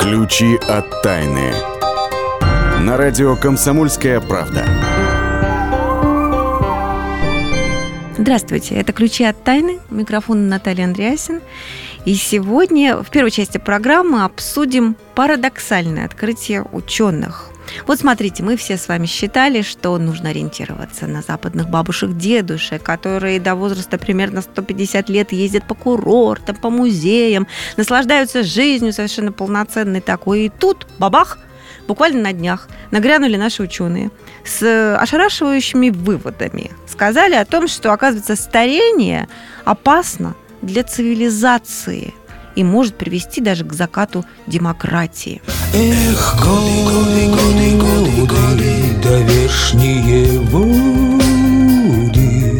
Ключи от тайны. На радио «Комсомольская правда». Здравствуйте, это «Ключи от тайны». У микрофона Наталья Андреасин. И сегодня в первой части программы обсудим парадоксальное открытие ученых. Вот смотрите, мы все с вами считали, что нужно ориентироваться на западных бабушек-дедушек, которые до возраста примерно 150 лет ездят по курортам, по музеям, наслаждаются жизнью совершенно полноценной такой. И тут, бабах, буквально на днях нагрянули наши ученые с ошарашивающими выводами. Сказали о том, что, оказывается, старение опасно для цивилизации и может привести даже к закату демократии. Эх, годы, давешние воды,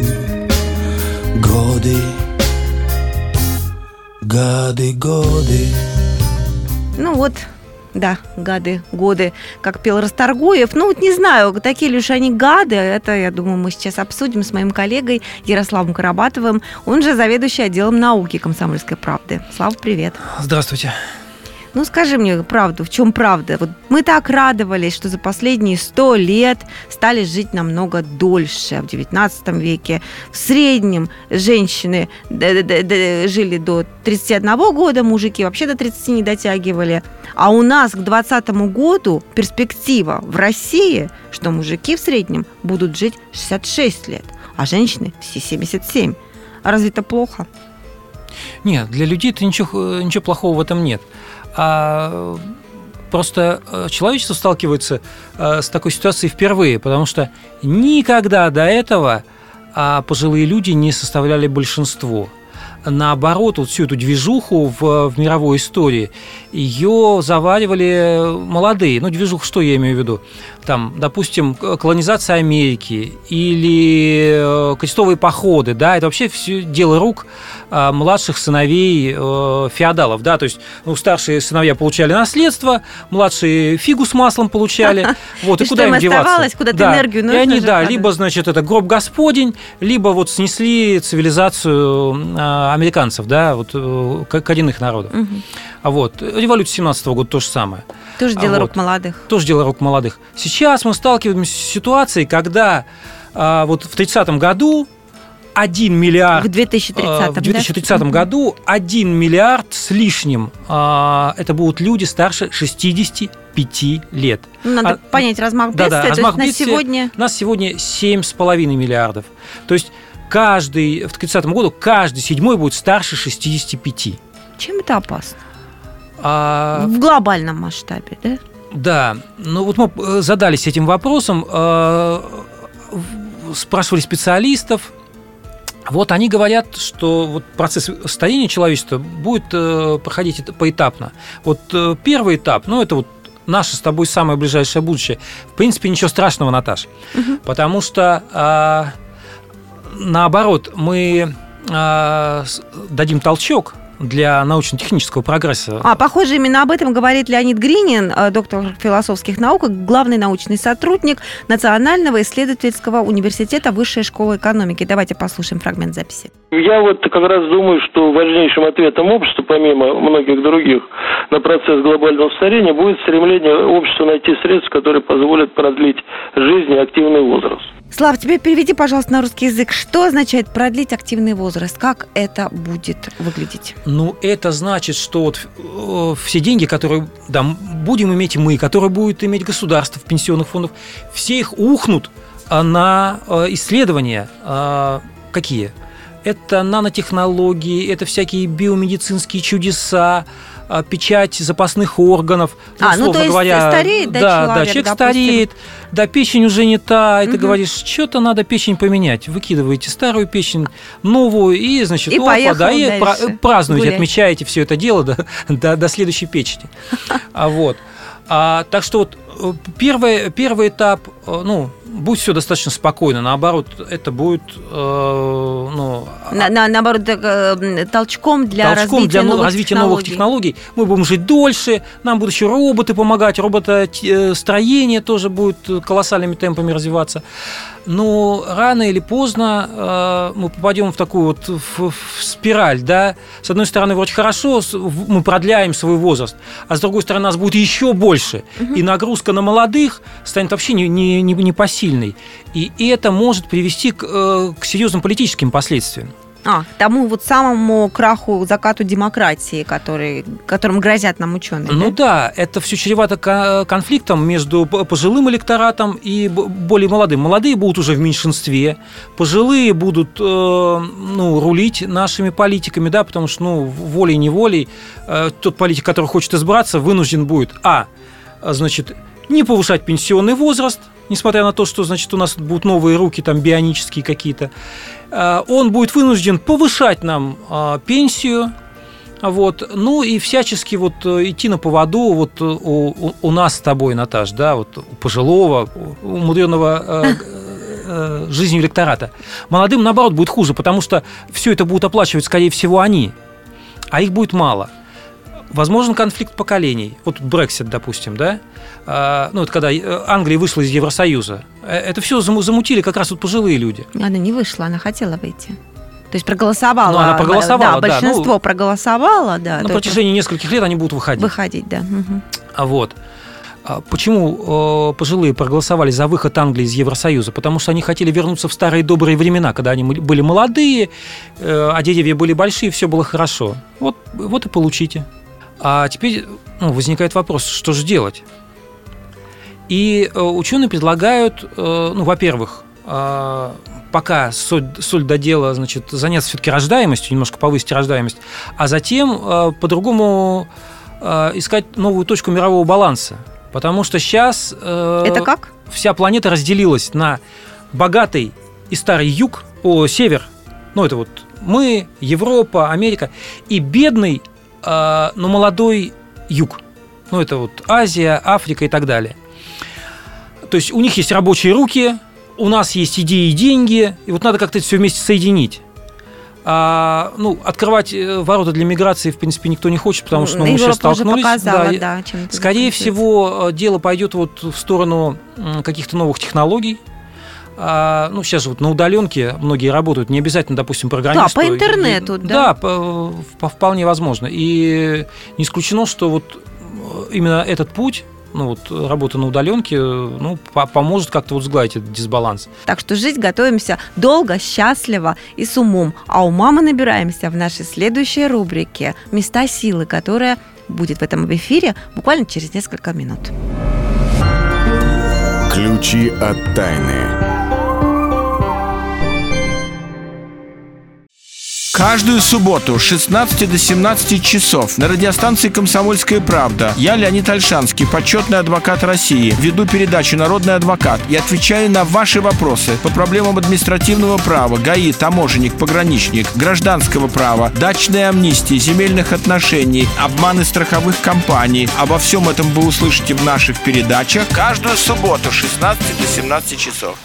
годы. Ну вот, да, гады, годы, как пел Расторгуев. Ну вот не знаю, такие ли уж они гады. Это, я думаю, мы сейчас обсудим с моим коллегой Ярославом Карабатовым. Он же заведующий отделом науки «Комсомольской правды». Слава, привет. Здравствуйте. Ну, скажи мне правду, в чем правда? Вот мы так радовались, что за последние 100 лет стали жить намного дольше. В XIX веке в среднем женщины жили до 31 года, мужики вообще до 30 не дотягивали. А у нас к 2020 году перспектива в России, что мужики в среднем будут жить 66 лет, а женщины все 77. А разве это плохо? Нет, для людей-то ничего плохого в этом нет. А просто человечество сталкивается с такой ситуацией впервые, потому что никогда до этого пожилые люди не составляли большинство. Наоборот, вот всю эту движуху в мировой истории ее заваривали молодые. Ну, движуху, что я имею в виду? Там, допустим, колонизация Америки или крестовые походы, да, это вообще все дело рук младших сыновей феодалов, да, то есть, старшие сыновья получали наследство, младшие фигу с маслом получали, вот, и куда им деваться? Оставалось, куда-то энергию нужно. И они, либо, значит, это гроб Господень, либо вот снесли цивилизацию американцев, да, вот, коренных народов. Угу. Вот, революция 17 года то же самое. Тоже дело рук молодых. Тоже дело рук молодых. Сейчас мы сталкиваемся с ситуацией, когда вот в 30-м году 1 миллиард... В 2030 году 1 миллиард с лишним это будут люди старше 65 лет. Надо понять размах бедствия. Да, размах бедствия. У нас сегодня 7,5 миллиардов. То есть в 30-м году каждый седьмой будет старше 65. Чем это опасно? В глобальном масштабе, да? Да. Ну вот мы задались этим вопросом, спрашивали специалистов. Вот они говорят, что вот процесс старения человечества будет проходить поэтапно. Вот первый этап, это вот наше с тобой самое ближайшее будущее. В принципе, ничего страшного, Наташ. Угу. Потому что, наоборот, мы дадим толчок для научно-технического прогресса. Похоже, именно об этом говорит Леонид Гринин, доктор философских наук, главный научный сотрудник Национального исследовательского университета Высшей школы экономики. Давайте послушаем фрагмент записи. Я вот как раз думаю, что важнейшим ответом общества, помимо многих других, на процесс глобального старения будет стремление общества найти средства, которые позволят продлить жизнь и активный возраст. Слав, тебе переведи, пожалуйста, на русский язык. Что означает продлить активный возраст? Как это будет выглядеть? Это значит, что вот все деньги, которые будем иметь мы, которые будет иметь государство в пенсионных фондах, все их ухнут на исследования. Какие? Это нанотехнологии, это всякие биомедицинские чудеса, печать запасных органов. То есть стареет, человек стареет, печень уже не та, и ты говоришь, что-то надо печень поменять. Выкидываете старую печень, новую, и, значит, празднуете, отмечаете все это дело до следующей печени. Так что вот первый этап, будет все достаточно спокойно. Наоборот, это будет... наоборот, толчком для развития новых технологий. Мы будем жить дольше, нам будут еще роботы помогать, роботостроение тоже будет колоссальными темпами развиваться. Но рано или поздно мы попадем в такую вот в спираль, да. С одной стороны, вроде хорошо, мы продляем свой возраст, а с другой стороны, нас будет еще больше, и нагрузка на молодых станет вообще непосильной. И это может привести к серьезным политическим последствиям. К тому вот самому краху, закату демократии, которым грозят нам ученые. Да, это все чревато конфликтом между пожилым электоратом и более молодым. Молодые будут уже в меньшинстве, пожилые будут рулить нашими политиками, да, потому что волей-неволей тот политик, который хочет избраться, вынужден будет не повышать пенсионный возраст, несмотря на то, что, у нас будут новые руки, там, бионические какие-то. Он будет вынужден повышать нам пенсию, и всячески идти на поводу у нас с тобой, Наташ, да, у пожилого, умудренного жизнью электората. Молодым, наоборот, будет хуже, потому что все это будут оплачивать, скорее всего, они, а их будет мало. Возможен конфликт поколений. Брексит, допустим, да? Это когда Англия вышла из Евросоюза. Это все замутили как раз пожилые люди. Она не вышла, она хотела выйти. То есть проголосовала. Она проголосовала, да. Большинство проголосовало, да. На протяжении нескольких лет они будут выходить. Да. Угу. Почему пожилые проголосовали за выход Англии из Евросоюза? Потому что они хотели вернуться в старые добрые времена, когда они были молодые, а деревья были большие, все было хорошо. Вот и получите. А теперь возникает вопрос, что же делать? И ученые предлагают, во-первых, пока соль до дела, заняться все-таки рождаемостью, немножко повысить рождаемость, а затем по-другому искать новую точку мирового баланса. Потому что сейчас это как? Вся планета разделилась на богатый и старый север, это мы, Европа, Америка, и бедный, но молодой юг. Это Азия, Африка и так далее. То есть у них есть рабочие руки, у нас есть идеи и деньги, и надо как-то это все вместе соединить. Открывать ворота для миграции, в принципе, никто не хочет, потому что мы сейчас столкнулись. Показала, скорее всего, дело пойдет в сторону каких-то новых технологий. Сейчас же на удаленке многие работают, не обязательно, допустим, программисты. Да, по интернету, да. Да, вполне возможно. И не исключено, что именно этот путь, работа на удаленке, поможет как-то сгладить этот дисбаланс. Так что жить готовимся долго, счастливо и с умом. А ума мы набираемся в нашей следующей рубрике «Места силы», которая будет в этом эфире буквально через несколько минут. Ключи от тайны. Каждую субботу с 16 до 17 часов на радиостанции «Комсомольская правда» я, Леонид Ольшанский, почетный адвокат России, веду передачу «Народный адвокат» и отвечаю на ваши вопросы по проблемам административного права, ГАИ, таможенник, пограничник, гражданского права, дачной амнистии, земельных отношений, обманы страховых компаний. Обо всем этом вы услышите в наших передачах каждую субботу с 16 до 17 часов.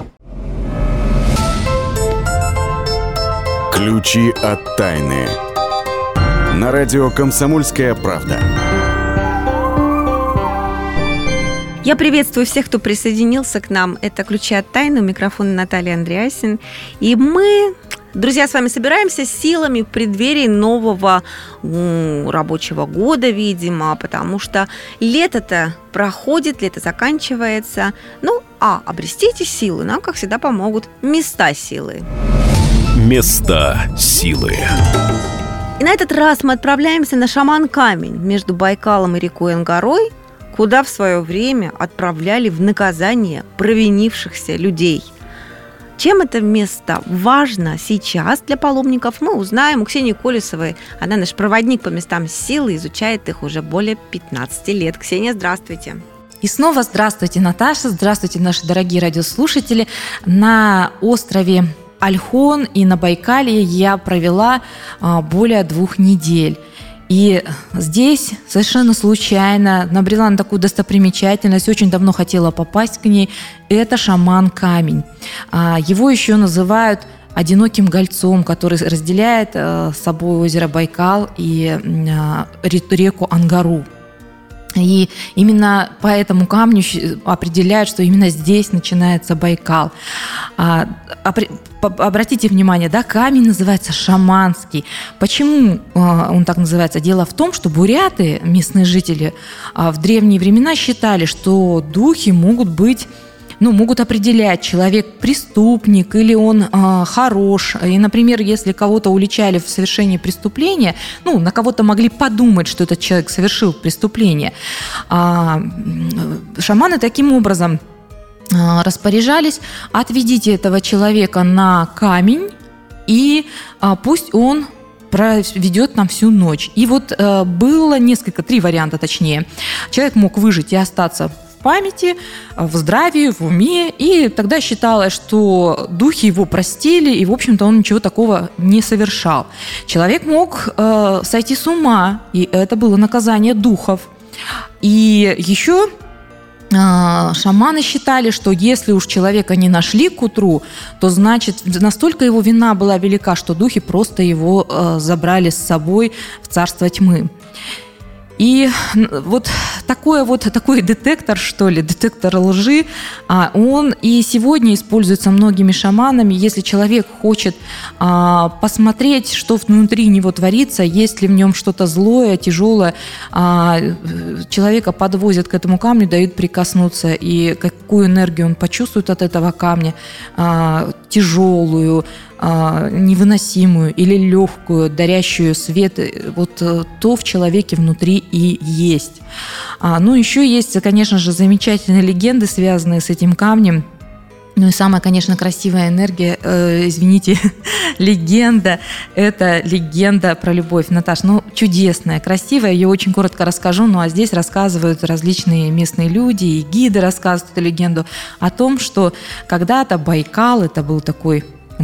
Ключи от тайны. На радио «Комсомольская правда». Я приветствую всех, кто присоединился к нам. Это «Ключи от тайны». У микрофона Наталья Андреасин. И мы, друзья, с вами собираемся силами в преддверии нового рабочего года, видимо, потому что лето-то проходит, лето заканчивается. Обрести эти силы нам, как всегда, помогут места силы. Места силы. И на этот раз мы отправляемся на Шаман-камень между Байкалом и рекой Ангарой, куда в свое время отправляли в наказание провинившихся людей. Чем это место важно сейчас для паломников, мы узнаем у Ксении Колесовой. Она наш проводник по местам силы, изучает их уже более 15 лет. Ксения, здравствуйте. И снова здравствуйте, Наташа, здравствуйте, наши дорогие радиослушатели. На острове Ольхон и на Байкале я провела более 2 недель. И здесь совершенно случайно набрела на такую достопримечательность, очень давно хотела попасть к ней. Это шаман-камень. Его еще называют одиноким гольцом, который разделяет с собой озеро Байкал и реку Ангару. И именно по этому камню определяют, что именно здесь начинается Байкал. Обратите внимание, да, камень называется шаманский. Почему он так называется? Дело в том, что буряты, местные жители, в древние времена считали, что духи могут определять, человек преступник или он хорош. И, например, если кого-то уличали в совершении преступления, на кого-то могли подумать, что этот человек совершил преступление. Шаманы таким образом распоряжались: отведите этого человека на камень, и пусть он проведет там всю ночь. И вот было три варианта точнее. Человек мог выжить и остаться в памяти, в здравии, в уме, и тогда считалось, что духи его простили, и, в общем-то, он ничего такого не совершал. Человек мог сойти с ума, и это было наказание духов. И еще шаманы считали, что если уж человека не нашли к утру, то значит настолько его вина была велика, что духи просто его забрали с собой в царство тьмы. И вот такой детектор, детектор лжи, он и сегодня используется многими шаманами. Если человек хочет посмотреть, что внутри него творится, есть ли в нем что-то злое, тяжелое, человека подвозят к этому камню, дают прикоснуться, и какую энергию он почувствует от этого камня, тяжелую, невыносимую или легкую, дарящую свет, то в человеке внутри и есть. Еще есть, конечно же, замечательные легенды, связанные с этим камнем. И самая, конечно, красивая энергия, легенда, это легенда про любовь. Наташ, чудесная, красивая, ее очень коротко расскажу, а здесь рассказывают различные местные люди, и гиды рассказывают эту легенду о том, что когда-то Байкал, это был такой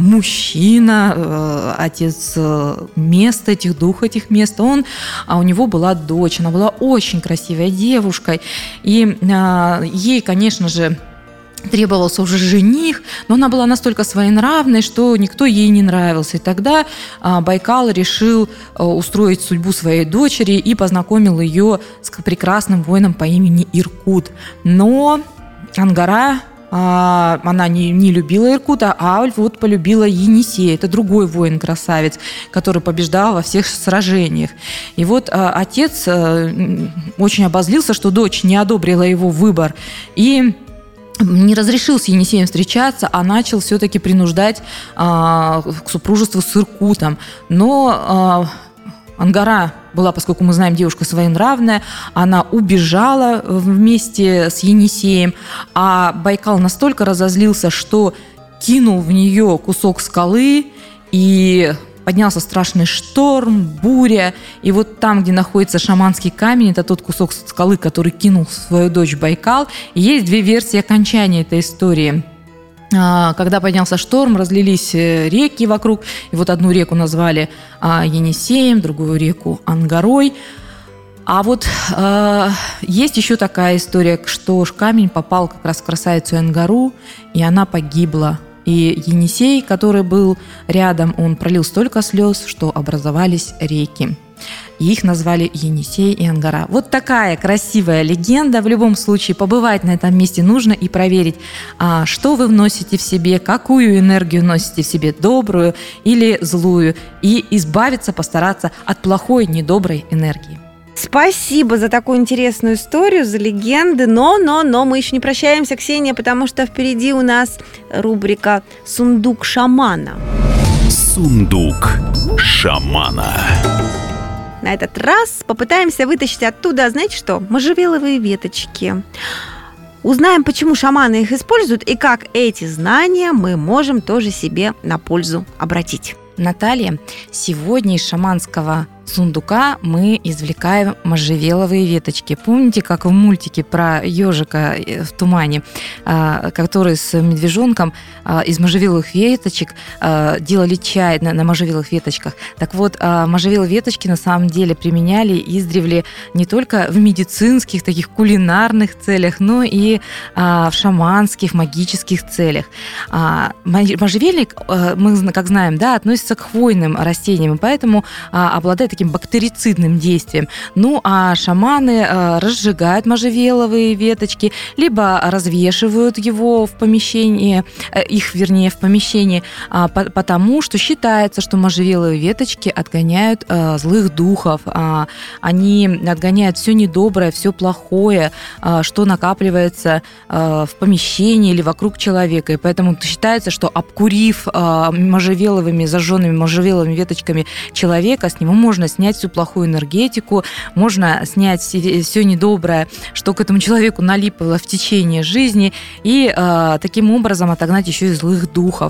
мужчина, отец мест этих, дух этих мест, у него была дочь, она была очень красивой девушкой, и ей, конечно же, требовался уже жених, но она была настолько своенравной, что никто ей не нравился. И тогда Байкал решил устроить судьбу своей дочери и познакомил ее с прекрасным воином по имени Иркут. Но Ангара, она не любила Иркута, а полюбила Енисея. Это другой воин-красавец, который побеждал во всех сражениях. И отец очень обозлился, что дочь не одобрила его выбор, и не разрешил с Енисеем встречаться, а начал все-таки принуждать к супружеству с Иркутом. Но Ангара была, поскольку мы знаем, девушка своенравная, она убежала вместе с Енисеем, а Байкал настолько разозлился, что кинул в нее кусок скалы, и поднялся страшный шторм, буря, и там, где находится шаманский камень, это тот кусок скалы, который кинул свою дочь Байкал. И есть две версии окончания этой истории. Когда поднялся шторм, разлились реки вокруг, и одну реку назвали Енисеем, другую реку Ангарой. Есть еще такая история, что камень попал как раз в красавицу Ангару, и она погибла. И Енисей, который был рядом, он пролил столько слез, что образовались реки. И их назвали Енисей и Ангара. Вот такая красивая легенда. В любом случае, побывать на этом месте нужно и проверить, что вы вносите в себе, какую энергию носите в себе, добрую или злую, и постараться от плохой, недоброй энергии. Спасибо за такую интересную историю, за легенды, но мы еще не прощаемся, Ксения, потому что впереди у нас рубрика «Сундук шамана». Сундук шамана. На этот раз попытаемся вытащить оттуда, знаете что, можжевеловые веточки. Узнаем, почему шаманы их используют и как эти знания мы можем тоже себе на пользу обратить. Наталья, сегодня из шаманского сундука мы извлекаем можжевеловые веточки. Помните, как в мультике про ежика в тумане, который с медвежонком из можжевеловых веточек делали чай на можжевеловых веточках? Так вот, можжевеловые веточки на самом деле применяли издревле не только в медицинских, таких кулинарных целях, но и в шаманских, магических целях. Можжевельник, мы, как знаем, да, относится к хвойным растениям, и поэтому обладает таким бактерицидным действием. Ну, а шаманы разжигают можжевеловые веточки, либо развешивают его в помещении, в помещении, потому что считается, что можжевеловые веточки отгоняют злых духов, они отгоняют все недоброе, все плохое, что накапливается в помещении или вокруг человека. И поэтому считается, что обкурив зажженными можжевеловыми веточками человека, с него можно снять всю плохую энергетику, можно снять все недоброе, что к этому человеку налипло в течение жизни, и таким образом отогнать еще и злых духов.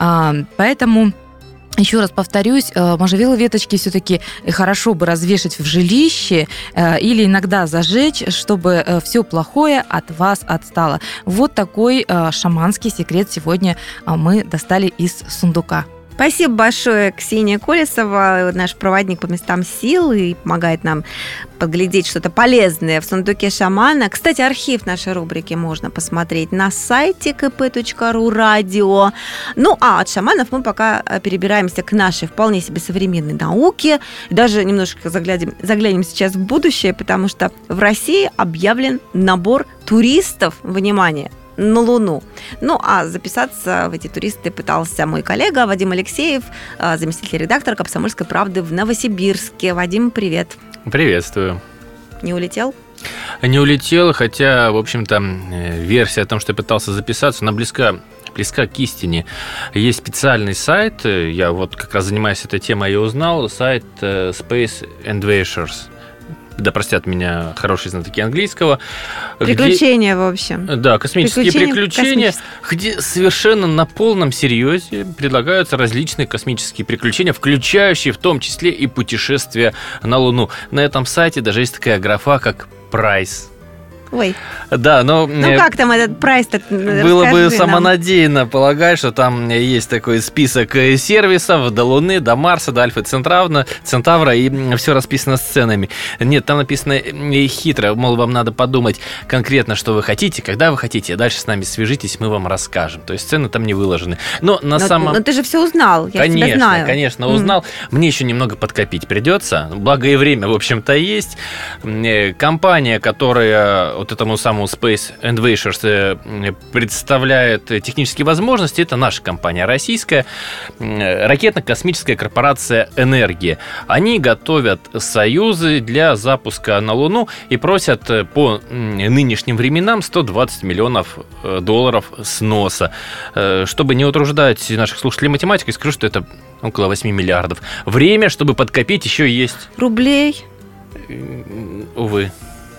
Поэтому еще раз повторюсь, можжевеловые веточки все-таки хорошо бы развешать в жилище или иногда зажечь, чтобы все плохое от вас отстало. Вот такой шаманский секрет сегодня мы достали из сундука. Спасибо большое, Ксения Колесова, наш проводник по местам сил, и помогает нам подглядеть что-то полезное в сундуке шамана. Кстати, архив нашей рубрики можно посмотреть на сайте kp.ru радио. Ну, а от шаманов мы пока перебираемся к нашей вполне себе современной науке. Даже немножко заглянем сейчас в будущее, потому что в России объявлен набор туристов, внимание, на Луну. Ну, а записаться в эти туристы пытался мой коллега Вадим Алексеев, заместитель редактора «Комсомольской правды» в Новосибирске. Вадим, привет. Приветствую. Не улетел? Не улетел, хотя, в общем-то, версия о том, что я пытался записаться, она близка к истине. Есть специальный сайт, я вот как раз занимаюсь этой темой и узнал, сайт Space Adventures. Да простят меня хорошие знатоки английского. Приключения, в общем. Да, космические приключения, где совершенно на полном серьезе предлагаются различные космические приключения, включающие в том числе и путешествия на Луну. На этом сайте даже есть такая графа, как «Прайс». Ой. Да, но... Ну, как там этот прайс-то? Было бы самонадеянно полагать, что там есть такой список сервисов до Луны, до Марса, до Альфа Центавра, и все расписано сценами. Нет, там написано хитро, мол, вам надо подумать конкретно, что вы хотите, когда вы хотите, а дальше с нами свяжитесь, мы вам расскажем. То есть сцены там не выложены. Но ты же все узнал, я тебя знаю. Конечно, узнал. Мне еще немного подкопить придется, благо и время, в общем-то, есть. Компания, которая вот этому самому Space Adventures представляет технические возможности, это наша компания российская, ракетно-космическая корпорация «Энергия». Они готовят союзы для запуска на Луну и просят по нынешним временам $120 миллионов сноса. Чтобы не утруждать наших слушателей математикой, скажу, что это около 8 миллиардов. Время, чтобы подкопить, еще есть. Рублей? Увы.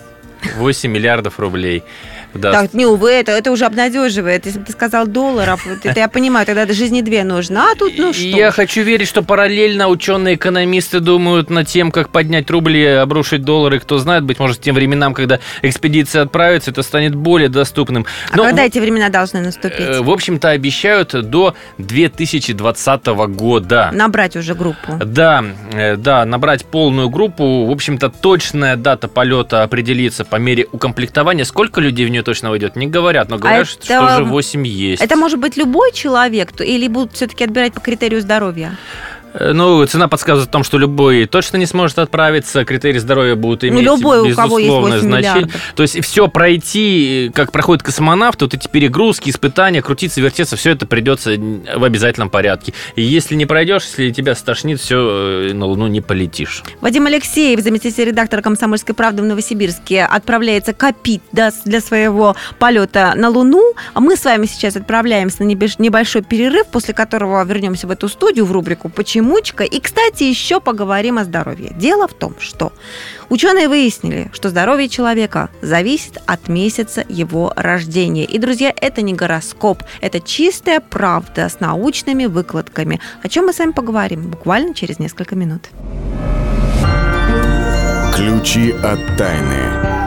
8 миллиардов рублей. Да. Так, не, увы, это уже обнадеживает. Если бы ты сказал долларов, это я понимаю, тогда жизни две нужно, а тут ну что? Я хочу верить, что параллельно ученые-экономисты думают над тем, как поднять рубли, обрушить доллары. Кто знает, быть может, к тем временам, когда экспедиция отправится, это станет более доступным. Но, когда эти времена должны наступить? В общем-то, обещают до 2020 года. Набрать уже группу. Да, набрать полную группу. В общем-то, точная дата полета определится по мере укомплектования. Сколько людей в нее точно войдет, не говорят, но говорят, что уже 8 есть. Это может быть любой человек, или будут все-таки отбирать по критерию здоровья? Ну, цена подсказывает о том, что любой точно не сможет отправиться, критерии здоровья будут иметь любой, у кого есть 8 значение. миллиардов. То есть все пройти, как проходят космонавты, вот эти перегрузки, испытания, крутиться, вертеться, все это придется в обязательном порядке. И если не пройдешь, если тебя стошнит, все, на Луну не полетишь. Вадим Алексеев, заместитель редактора «Комсомольской правды» в Новосибирске, отправляется копить для своего полета на Луну. А мы с вами сейчас отправляемся на небольшой перерыв, после которого вернемся в эту студию в рубрику «Почему?». И, кстати, еще поговорим о здоровье. Дело в том, что ученые выяснили, что здоровье человека зависит от месяца его рождения. И, друзья, это не гороскоп, это чистая правда с научными выкладками, о чем мы с вами поговорим буквально через несколько минут. Ключи от тайны.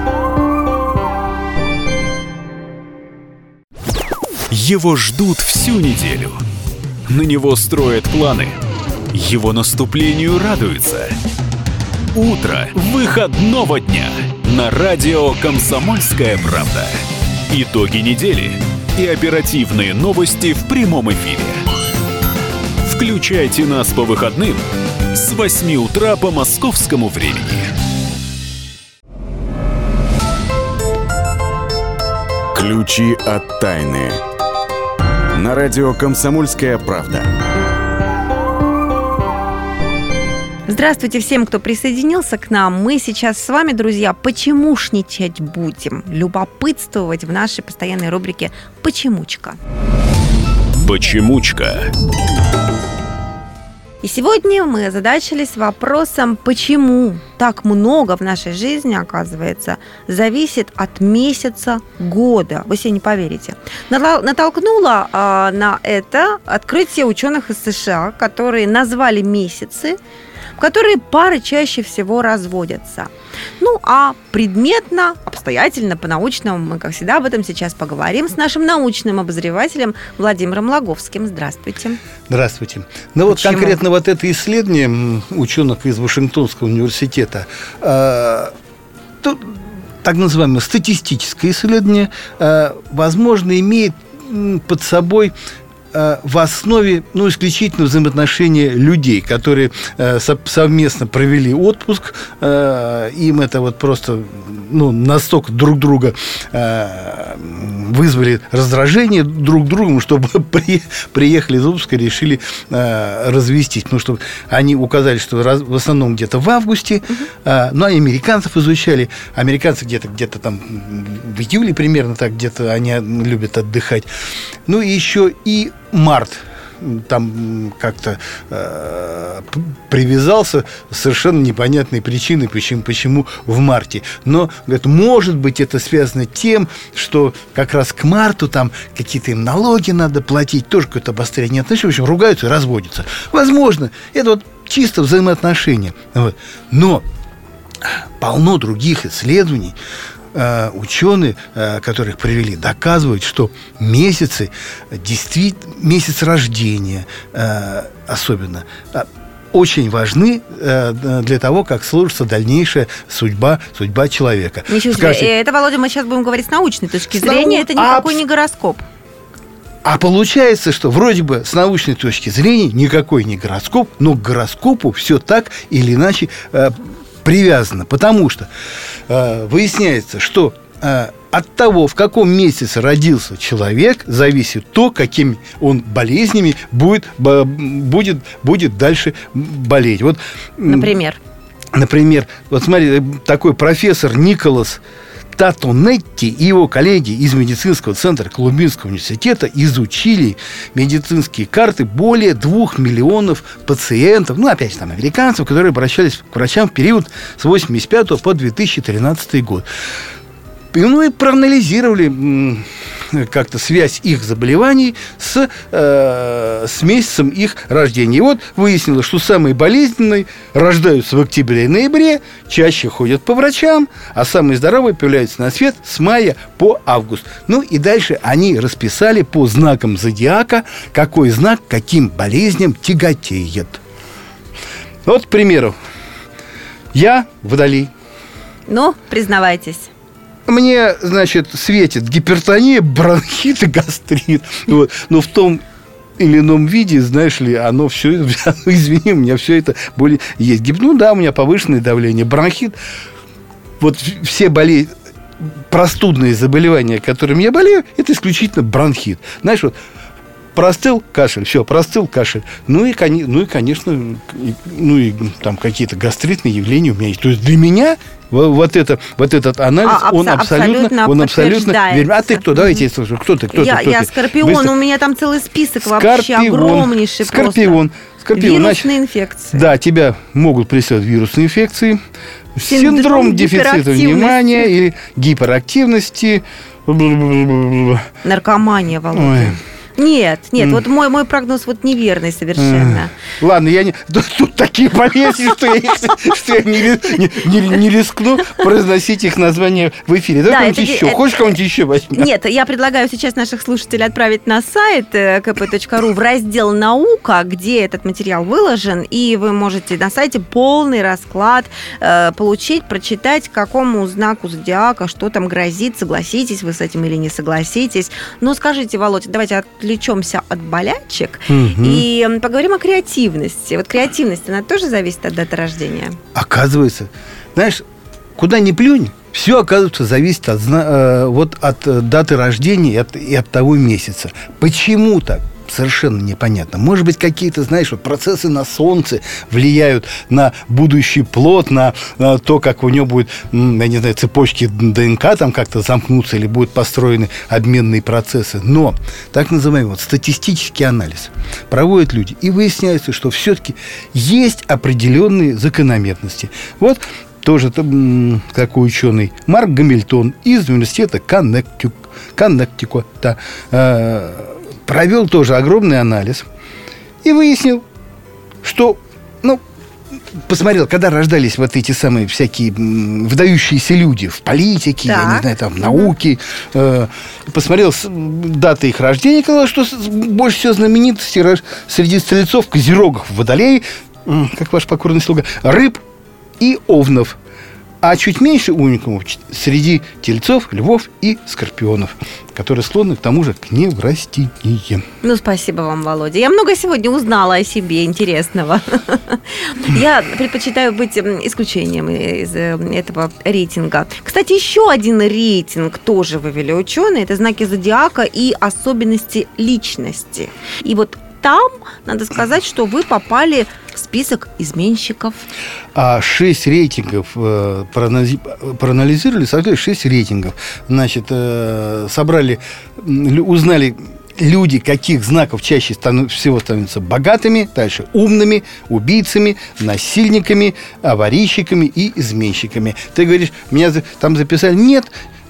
Его ждут всю неделю. На него строят планы. Его наступлению радуются. Утро выходного дня на радио «Комсомольская правда». Итоги недели и оперативные новости в прямом эфире. Включайте нас по выходным с 8 утра по московскому времени. Ключи от тайны. На радио «Комсомольская правда». Здравствуйте всем, кто присоединился к нам. Мы сейчас с вами, друзья, почемушничать будем, любопытствовать в нашей постоянной рубрике «Почемучка». Почемучка. И сегодня мы озадачились вопросом, почему так много в нашей жизни, оказывается, зависит от месяца года. Вы себе не поверите. Натолкнуло на это открытие ученых из США, которые назвали месяцы, в которые пары чаще всего разводятся. Ну, а предметно, обстоятельно, по-научному мы, как всегда, об этом сейчас поговорим с нашим научным обозревателем Владимиром Логовским. Здравствуйте. Здравствуйте. Ну вот конкретно вот это исследование ученых из Вашингтонского университета, так называемое статистическое исследование, возможно, имеет под собой в основе, исключительно взаимоотношения людей, которые совместно провели отпуск, им это вот просто, настолько друг друга вызвали раздражение друг другом, чтобы приехали из отпуска и решили развестись. Потому что они указали, что в основном где-то в августе, но они американцев изучали, американцы где-то там в июле примерно так, где-то они любят отдыхать. Ну и еще и март там как-то привязался совершенно непонятной причиной, почему в марте. Но, говорят, может быть, это связано тем, что как раз к марту там какие-то им налоги надо платить, тоже какое-то обострение отношений, в общем, ругаются и разводятся. Возможно, это вот чисто взаимоотношения. Вот. Но полно других исследований, ученые, которых провели, доказывают, что месяцы, действительно, месяц рождения особенно, очень важны для того, как сложится дальнейшая судьба человека. Ничего себе. Это, Володя, мы сейчас будем говорить с научной точки зрения, это никакой не гороскоп. А получается, что вроде бы с научной точки зрения никакой не гороскоп, но к гороскопу все так или иначе привязано, потому что выясняется, что от того, в каком месяце родился человек, зависит то, какими он болезнями будет дальше болеть. Вот, например, вот смотри, такой профессор Николас Татонетти и его коллеги из медицинского центра Колумбийского университета изучили медицинские карты более 2 миллионов пациентов, опять же, там, американцев, которые обращались к врачам в период с 1985 по 2013 год. И проанализировали как-то связь их заболеваний с месяцем их рождения. И вот выяснилось, что самые болезненные рождаются в октябре и ноябре, чаще ходят по врачам, а самые здоровые появляются на свет с мая по август. И дальше они расписали по знакам зодиака, какой знак каким болезням тяготеет. Вот, к примеру, я Водолей. Признавайтесь. Мне, светит гипертония, бронхит и гастрит. Вот. Но в том или ином виде, знаешь ли, оно все, извини, у меня все это более есть. У меня повышенное давление, бронхит. Вот все простудные заболевания, которыми я болею, это исключительно бронхит. Знаешь, вот простыл, кашель, все, простыл, кашель. И конечно, там какие-то гастритные явления у меня есть. То есть для меня вот этот анализ, он абсолютно верен. А ты кто? Давайте я слышу. Кто ты? Я Скорпион, быстро. У меня там целый список вообще огромнейший. Скорпион. Вирусные инфекции. Да, тебя могут преследовать вирусные инфекции. Синдром дефицита внимания или гиперактивности. Наркомания, Володя. Нет, вот мой прогноз вот неверный совершенно. Ладно, я не... Тут такие болезни, что я не рискну произносить их название в эфире. Давай кого-нибудь еще. Хочешь кого-нибудь еще возьмем? Нет, я предлагаю сейчас наших слушателей отправить на сайт kp.ru в раздел «Наука», где этот материал выложен, и вы можете на сайте полный расклад получить, прочитать, какому знаку зодиака, что там грозит, согласитесь вы с этим или не согласитесь. Но скажите, Володя, давайте отвлечемся от болячек и поговорим о креативности. Вот креативность, она тоже зависит от даты рождения? Оказывается, знаешь, куда ни плюнь, все, оказывается, зависит от даты рождения и от того месяца. Почему так? Совершенно непонятно. Может быть, какие-то, знаешь, процессы на Солнце влияют на будущий плод, на то, как у него будет, я не знаю, цепочки ДНК там как-то замкнутся или будут построены обменные процессы. Но так называемый статистический анализ проводят люди, и выясняется, что все-таки есть определенные закономерности. Вот тоже такой ученый Марк Гамильтон из университета Коннектикута провел тоже огромный анализ и выяснил, что, посмотрел, когда рождались вот эти самые всякие выдающиеся люди в политике, я не знаю, там, в науке, посмотрел даты их рождения, сказал, что больше всего знаменитостей среди стрельцов, козерогов, водолей, как ваш покорный слуга, рыб и овнов. А чуть меньше уникумов среди тельцов, львов и скорпионов, которые склонны к тому же к неврастении. Спасибо вам, Володя. Я много сегодня узнала о себе интересного. Я предпочитаю быть исключением из этого рейтинга. Кстати, еще один рейтинг тоже вывели ученые. Это знаки зодиака и особенности личности. И вот там, надо сказать, что вы попали в список изменщиков. 6 рейтингов проанализировали, создали 6 рейтингов. Значит, узнали люди, каких знаков чаще всего становятся богатыми, дальше умными, убийцами, насильниками, аварийщиками и изменщиками. Ты говоришь, меня там записали? Нет.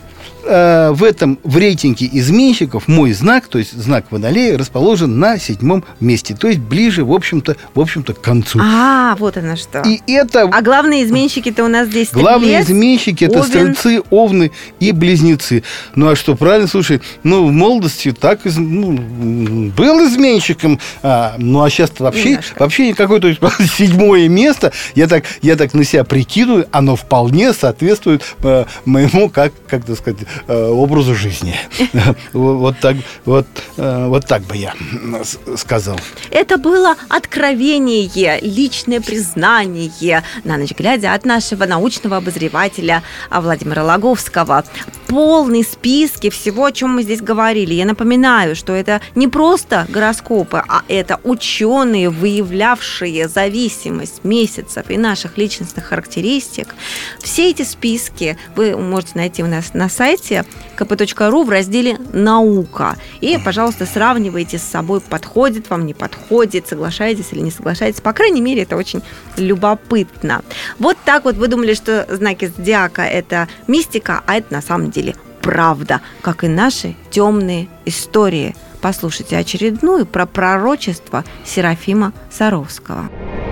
В рейтинге изменщиков мой знак, то есть знак Водолея, расположен на 7-м месте, то есть ближе, в общем-то, к концу. Вот оно что. И это... А главные изменщики-то у нас здесь главные изменщики – это стрельцы, овны и близнецы. А что, правильно, слушай, в молодости так был изменщиком, а сейчас-то вообще никакое, то есть 7-е место, я так на себя прикидываю, оно вполне соответствует моему, как сказать, образу жизни. Вот так бы я сказал. Это было откровение, личное признание, на ночь глядя, от нашего научного обозревателя Владимира Логовского. Полный списки всего, о чем мы здесь говорили. Я напоминаю, что это не просто гороскопы, а это ученые, выявлявшие зависимость месяцев и наших личностных характеристик. Все эти списки вы можете найти у нас на сайте kp.ru в разделе «Наука». И, пожалуйста, сравнивайте с собой, подходит вам, не подходит, соглашаетесь или не соглашаетесь. По крайней мере, это очень любопытно. Вот так вот вы думали, что знаки зодиака – это мистика, а это на самом деле правда, как и наши темные истории. Послушайте очередную про пророчество Серафима Саровского.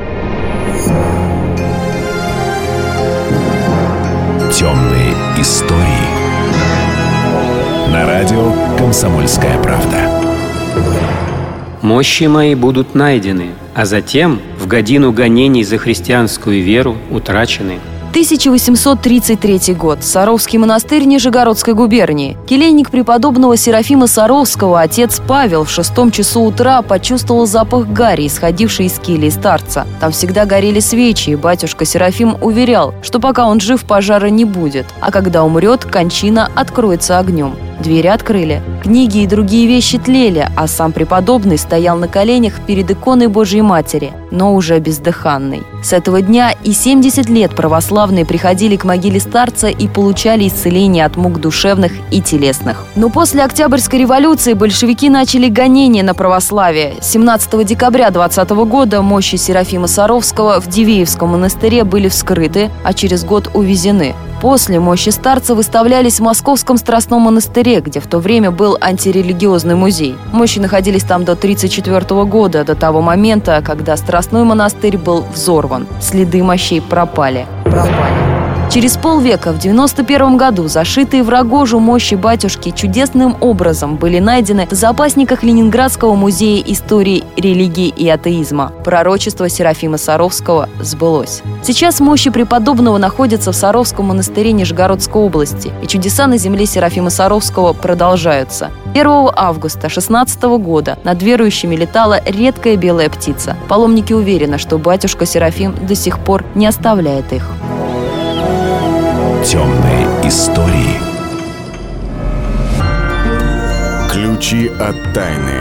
Темные истории. На радио «Комсомольская правда». «Мощи мои будут найдены, а затем, в годину гонений за христианскую веру, утрачены». 1833 год. Саровский монастырь Нижегородской губернии. Келейник преподобного Серафима Саровского, отец Павел, в 6 часу утра почувствовал запах гари, исходивший из кельи старца. Там всегда горели свечи, и батюшка Серафим уверял, что пока он жив, пожара не будет, а когда умрет, кончина откроется огнем. Двери открыли. Книги и другие вещи тлели, а сам преподобный стоял на коленях перед иконой Божьей Матери, но уже бездыханный. С этого дня и 70 лет православные приходили к могиле старца и получали исцеление от мук душевных и телесных. Но после Октябрьской революции большевики начали гонения на православие. 17 декабря 2020 года мощи Серафима Саровского в Дивеевском монастыре были вскрыты, а через год увезены. После мощи старца выставлялись в Московском Страстном монастыре, где в то время был антирелигиозный музей. Мощи находились там до 1934 года, до того момента, когда Страстной монастырь был взорван. Следы мощей пропали. Через полвека, в 1991 году, зашитые в рогожу мощи батюшки чудесным образом были найдены в запасниках Ленинградского музея истории религии и атеизма. Пророчество Серафима Саровского сбылось. Сейчас мощи преподобного находятся в Саровском монастыре Нижегородской области, и чудеса на земле Серафима Саровского продолжаются. 1 августа 2016 года над верующими летала редкая белая птица. Паломники уверены, что батюшка Серафим до сих пор не оставляет их. Темные истории. Ключи от тайны.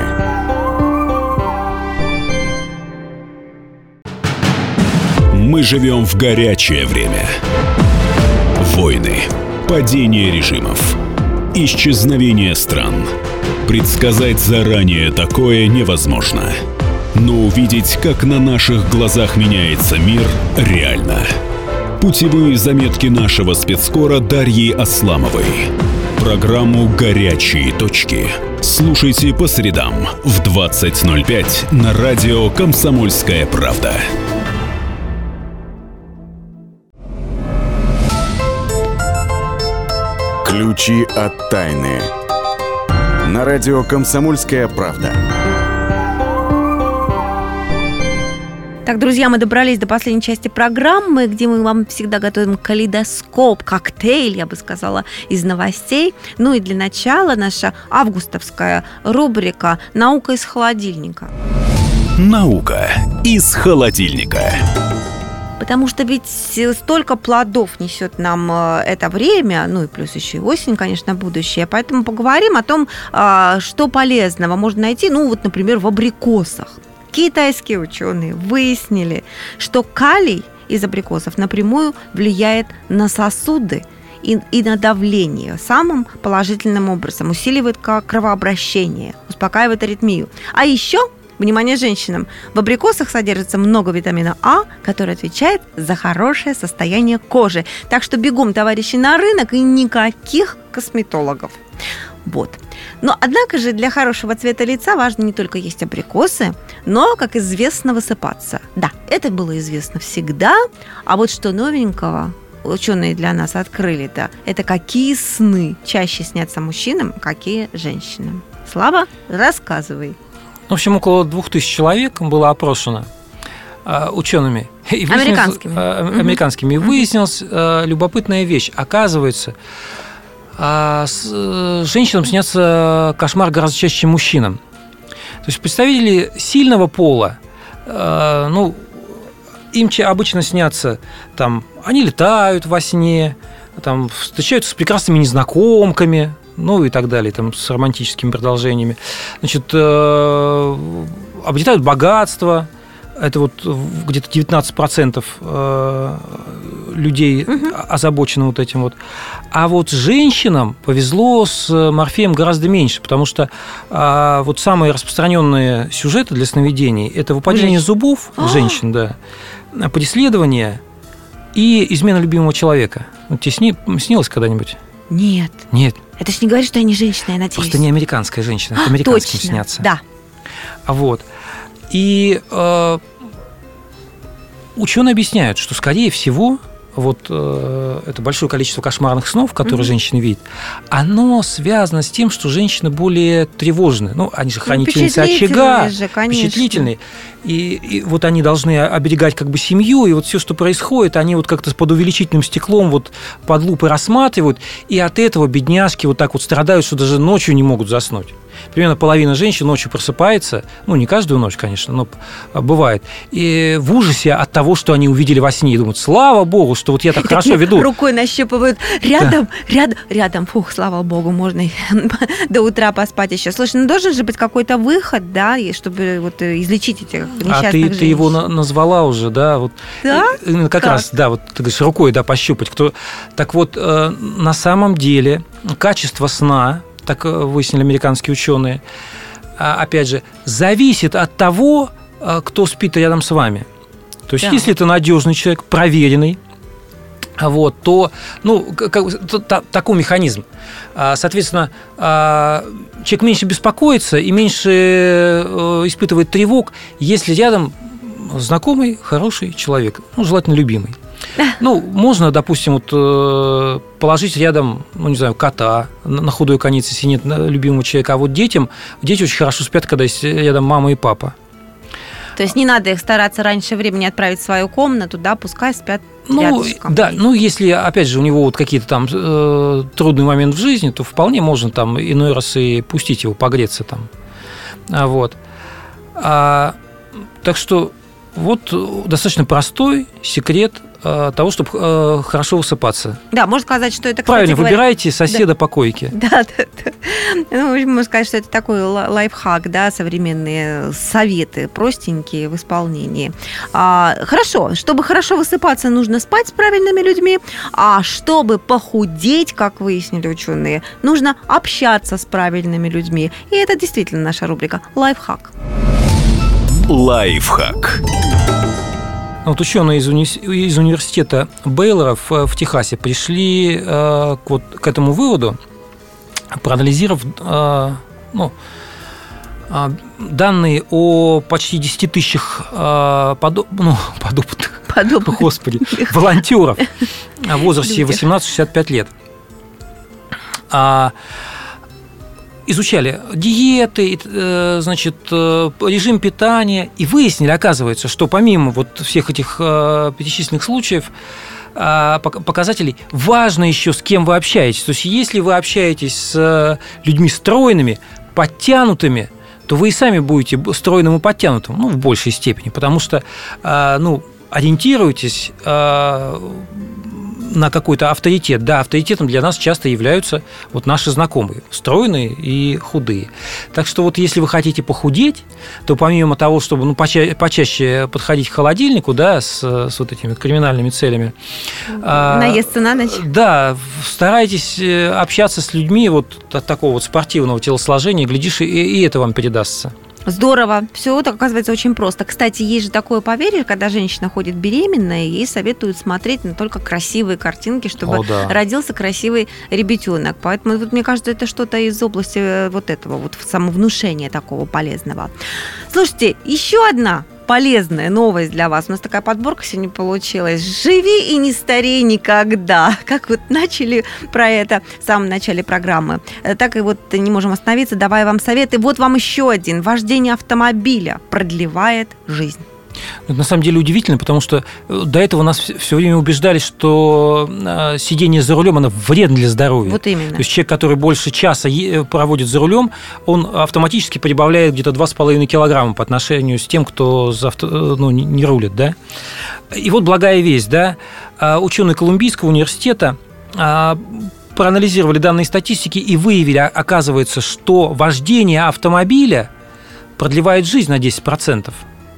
Мы живем в горячее время. Войны, падение режимов, исчезновение стран. Предсказать заранее такое невозможно. Но увидеть, как на наших глазах меняется мир, реально. Путевые заметки нашего спецкора Дарьи Асламовой. Программу «Горячие точки» слушайте по средам в 20:05 на радио «Комсомольская правда». Ключи от тайны. На радио «Комсомольская правда». Так, друзья, мы добрались до последней части программы, где мы вам всегда готовим калейдоскоп, коктейль, я бы сказала, из новостей. Ну и для начала наша августовская рубрика «Наука из холодильника». Наука из холодильника. Потому что ведь столько плодов несет нам это время, ну и плюс еще и осень, конечно, будущее. Поэтому поговорим о том, что полезного можно найти, ну вот, например, в абрикосах. Китайские ученые выяснили, что калий из абрикосов напрямую влияет на сосуды и на давление самым положительным образом, усиливает кровообращение, успокаивает аритмию. А еще, внимание женщинам, в абрикосах содержится много витамина А, который отвечает за хорошее состояние кожи. Так что бегом, товарищи, на рынок и никаких косметологов. Вот. Но, однако же, для хорошего цвета лица важно не только есть абрикосы, но, как известно, высыпаться. Да, это было известно всегда, а вот что новенького ученые для нас открыли-то, это какие сны чаще снятся мужчинам, какие женщинам. Слава, рассказывай. В общем, около 2000 человек было опрошено учеными. Американскими. И выяснилась любопытная вещь. Оказывается, женщинам снятся кошмар гораздо чаще, чем мужчинам. То есть представители сильного пола, им обычно снятся, там, они летают во сне, там, встречаются с прекрасными незнакомками, ну и так далее, там, с романтическими продолжениями. Значит, обретают богатство. Это вот где-то 19% людей озабочены вот этим вот. А вот женщинам повезло с морфеем гораздо меньше, потому что вот самые распространенные сюжеты для сновидений – это выпадение зубов у женщин, да, преследование и измена любимого человека. Вот тебе снилось когда-нибудь? Нет. Нет. Это ж не говорит, что я не женщина, я надеюсь. Просто не американская женщина, это американским снятся. Да. Вот. И ученые объясняют, что, скорее всего, вот это большое количество кошмарных снов, которые женщины видят, оно связано с тем, что женщины более тревожны. Ну, они же хранительницы очага, впечатлительные. И вот они должны оберегать как бы семью, и вот все, что происходит, они вот как-то под увеличительным стеклом вот под лупой рассматривают, и от этого бедняжки вот так вот страдают, что даже ночью не могут заснуть. Примерно половина женщин ночью просыпается, ну, не каждую ночь, конечно, но бывает, и в ужасе от того, что они увидели во сне, и думают, слава богу, что вот я так хорошо веду. Рукой нащупывают рядом, фух, слава богу, можно до утра поспать еще. Слушай, ну должен же быть какой-то выход, да, чтобы вот излечить этих несчастных женщин. А ты его назвала уже, да? Вот, да? Как раз, да, вот ты говоришь, рукой, да, пощупать. Так вот, на самом деле, качество сна, так выяснили американские ученые, опять же, зависит от того, кто спит рядом с вами. То есть, если ты надежный человек, проверенный, вот, то, такой механизм. Соответственно, человек меньше беспокоится и меньше испытывает тревог, если рядом знакомый, хороший человек, желательно любимый. Можно, допустим, положить рядом, кота на худой конец, если нет любимого человека. А вот дети очень хорошо спят, когда есть рядом мама и папа. То есть не надо их стараться раньше времени отправить в свою комнату, да, пускай спят рядышком. Да, если, опять же, у него какие-то там трудный момент в жизни, то вполне можно там иной раз и пустить его погреться там. Вот. Так что достаточно простой секрет того, чтобы хорошо высыпаться. Да, можно сказать, что это, правильно, выбирайте соседа по койке. Да. Можно сказать, что это такой лайфхак, да, современные советы, простенькие в исполнении. Хорошо, чтобы хорошо высыпаться, нужно спать с правильными людьми, а чтобы похудеть, как выяснили ученые, нужно общаться с правильными людьми. И это действительно наша рубрика «Лайфхак». Лайфхак. Ученые из университета Бейлора в Техасе пришли к этому выводу, проанализировав данные о почти 10 тысячах подопытных, волонтеров в возрасте 18-65 лет. Изучали диеты, режим питания, и выяснили, оказывается, что помимо всех этих перечисленных случаев, показателей, важно еще, с кем вы общаетесь. То есть, если вы общаетесь с людьми стройными, подтянутыми, то вы и сами будете стройным и подтянутым, в большей степени, потому что, ориентируетесь на какой-то авторитет. Да, авторитетом для нас часто являются наши знакомые, стройные и худые. Так что если вы хотите похудеть, то помимо того, чтобы почаще подходить к холодильнику, да, с этими криминальными целями, наесться на ночь. Да, старайтесь общаться с людьми от такого спортивного телосложения, глядишь, и это вам передастся. Здорово. Все это, оказывается, очень просто. Кстати, есть же такое поверье, когда женщина ходит беременная, ей советуют смотреть на только красивые картинки, чтобы родился красивый ребятенок. Поэтому, мне кажется, это что-то из области этого, самовнушения такого полезного. Слушайте, еще одна полезная новость для вас. У нас такая подборка сегодня получилась. «Живи и не старей никогда». Как начали про это в самом начале программы. Так и не можем остановиться. Давай вам советы. Вот вам еще один. Вождение автомобиля продлевает жизнь. Это на самом деле удивительно, потому что до этого нас все время убеждали, что сидение за рулем, оно вредно для здоровья. Вот именно. То есть человек, который больше часа проводит за рулем, он автоматически прибавляет где-то 2,5 килограмма по отношению с тем, кто не рулит. Да? И благая весть. Да? Ученые Колумбийского университета проанализировали данные статистики и выявили, оказывается, что вождение автомобиля продлевает жизнь на 10%.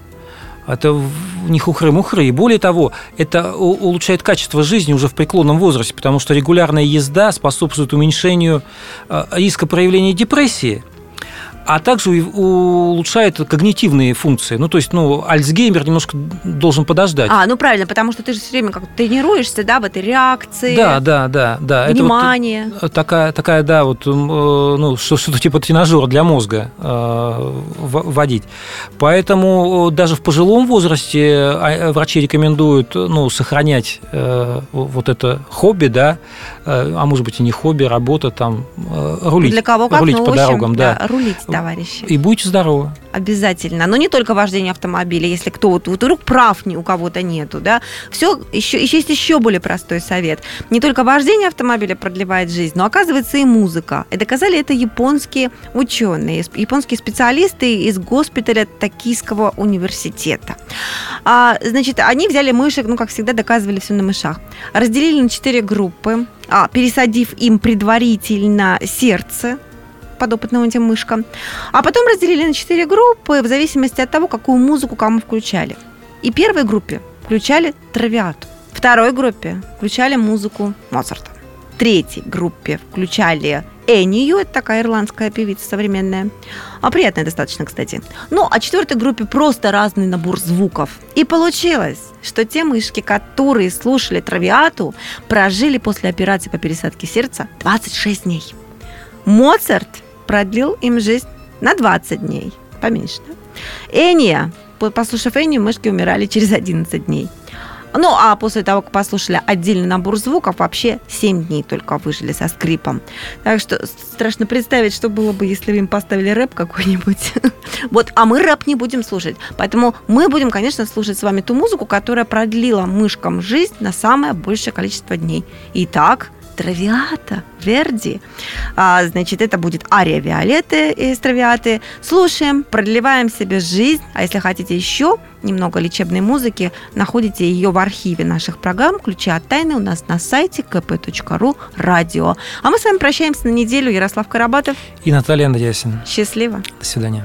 Это не хухры-мухры. И более того, это улучшает качество жизни уже в преклонном возрасте, потому что регулярная езда способствует уменьшению риска проявления депрессии, а также улучшает когнитивные функции. То есть, Альцгеймер немножко должен подождать. Правильно, потому что ты же все время как-то тренируешься, да, в этой реакции. Да. Внимание. Это такая, да, что-то типа тренажера для мозга вводить. Поэтому даже в пожилом возрасте врачи рекомендуют, сохранять это хобби, да, а может быть и не хобби, работа, там, рулить. Для кого как, рулить по дорогам, да. Рулить, товарищи. И будьте здоровы. Обязательно. Но не только вождение автомобиля. Если кто вдруг прав у кого-то нету, да, есть еще более простой совет. Не только вождение автомобиля продлевает жизнь, но, оказывается, и музыка. И доказали это японские ученые, японские специалисты из госпиталя Токийского университета. Они взяли мышек, как всегда, доказывали все на мышах. Разделили на 4 группы, пересадив им предварительно сердце подопытным этим мышкам. А потом разделили на 4 группы в зависимости от того, какую музыку кому включали. И первой группе включали Травиату, второй группе включали музыку Моцарта, третьей группе включали Энию, это такая ирландская певица современная. Приятная достаточно, кстати. Ну, а в четвертой группе просто разный набор звуков. И получилось, что те мышки, которые слушали Травиату, прожили после операции по пересадке сердца 26 дней. Моцарт продлил им жизнь на 20 дней. Поменьше, да? Эния, послушав Энию, мышки умирали через 11 дней. Ну, а после того, как послушали отдельный набор звуков, вообще 7 дней только выжили со скрипом. Так что страшно представить, что было бы, если бы им поставили рэп какой-нибудь. Вот, а мы рэп не будем слушать. Поэтому мы будем, конечно, слушать с вами ту музыку, которая продлила мышкам жизнь на самое большее количество дней. Итак, Травиата, Верди. Значит, это будет ария Виолетты из Травиаты. Слушаем, продлеваем себе жизнь. А если хотите еще немного лечебной музыки, находите ее в архиве наших программ «Ключи от тайны» у нас на сайте kp.ru радио. А мы с вами прощаемся на неделю. Ярослав Карабатов и Наталья Андреасин. Счастливо. До свидания.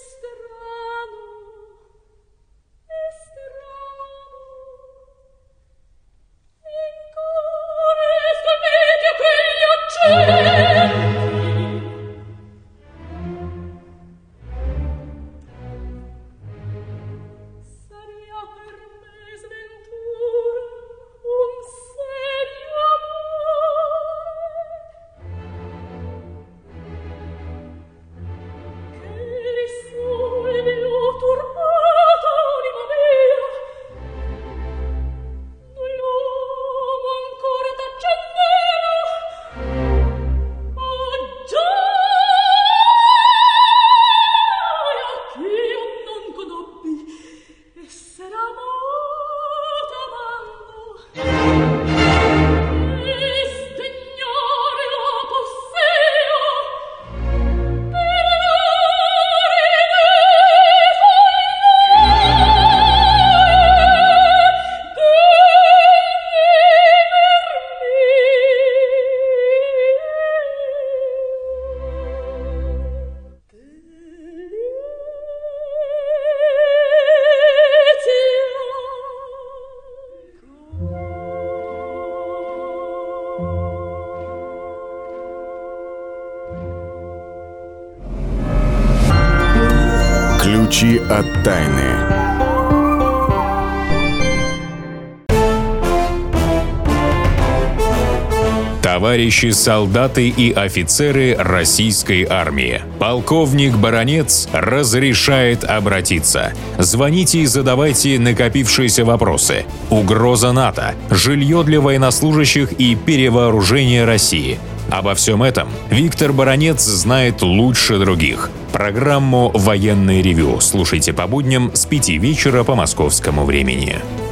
Ключи от тайны. Товарищи солдаты и офицеры российской армии. Полковник Баранец разрешает обратиться. Звоните и задавайте накопившиеся вопросы. Угроза НАТО, жилье для военнослужащих и перевооружение России. Обо всем этом Виктор Баранец знает лучше других. Программу «Военное ревю» слушайте по будням с 5 вечера по московскому времени.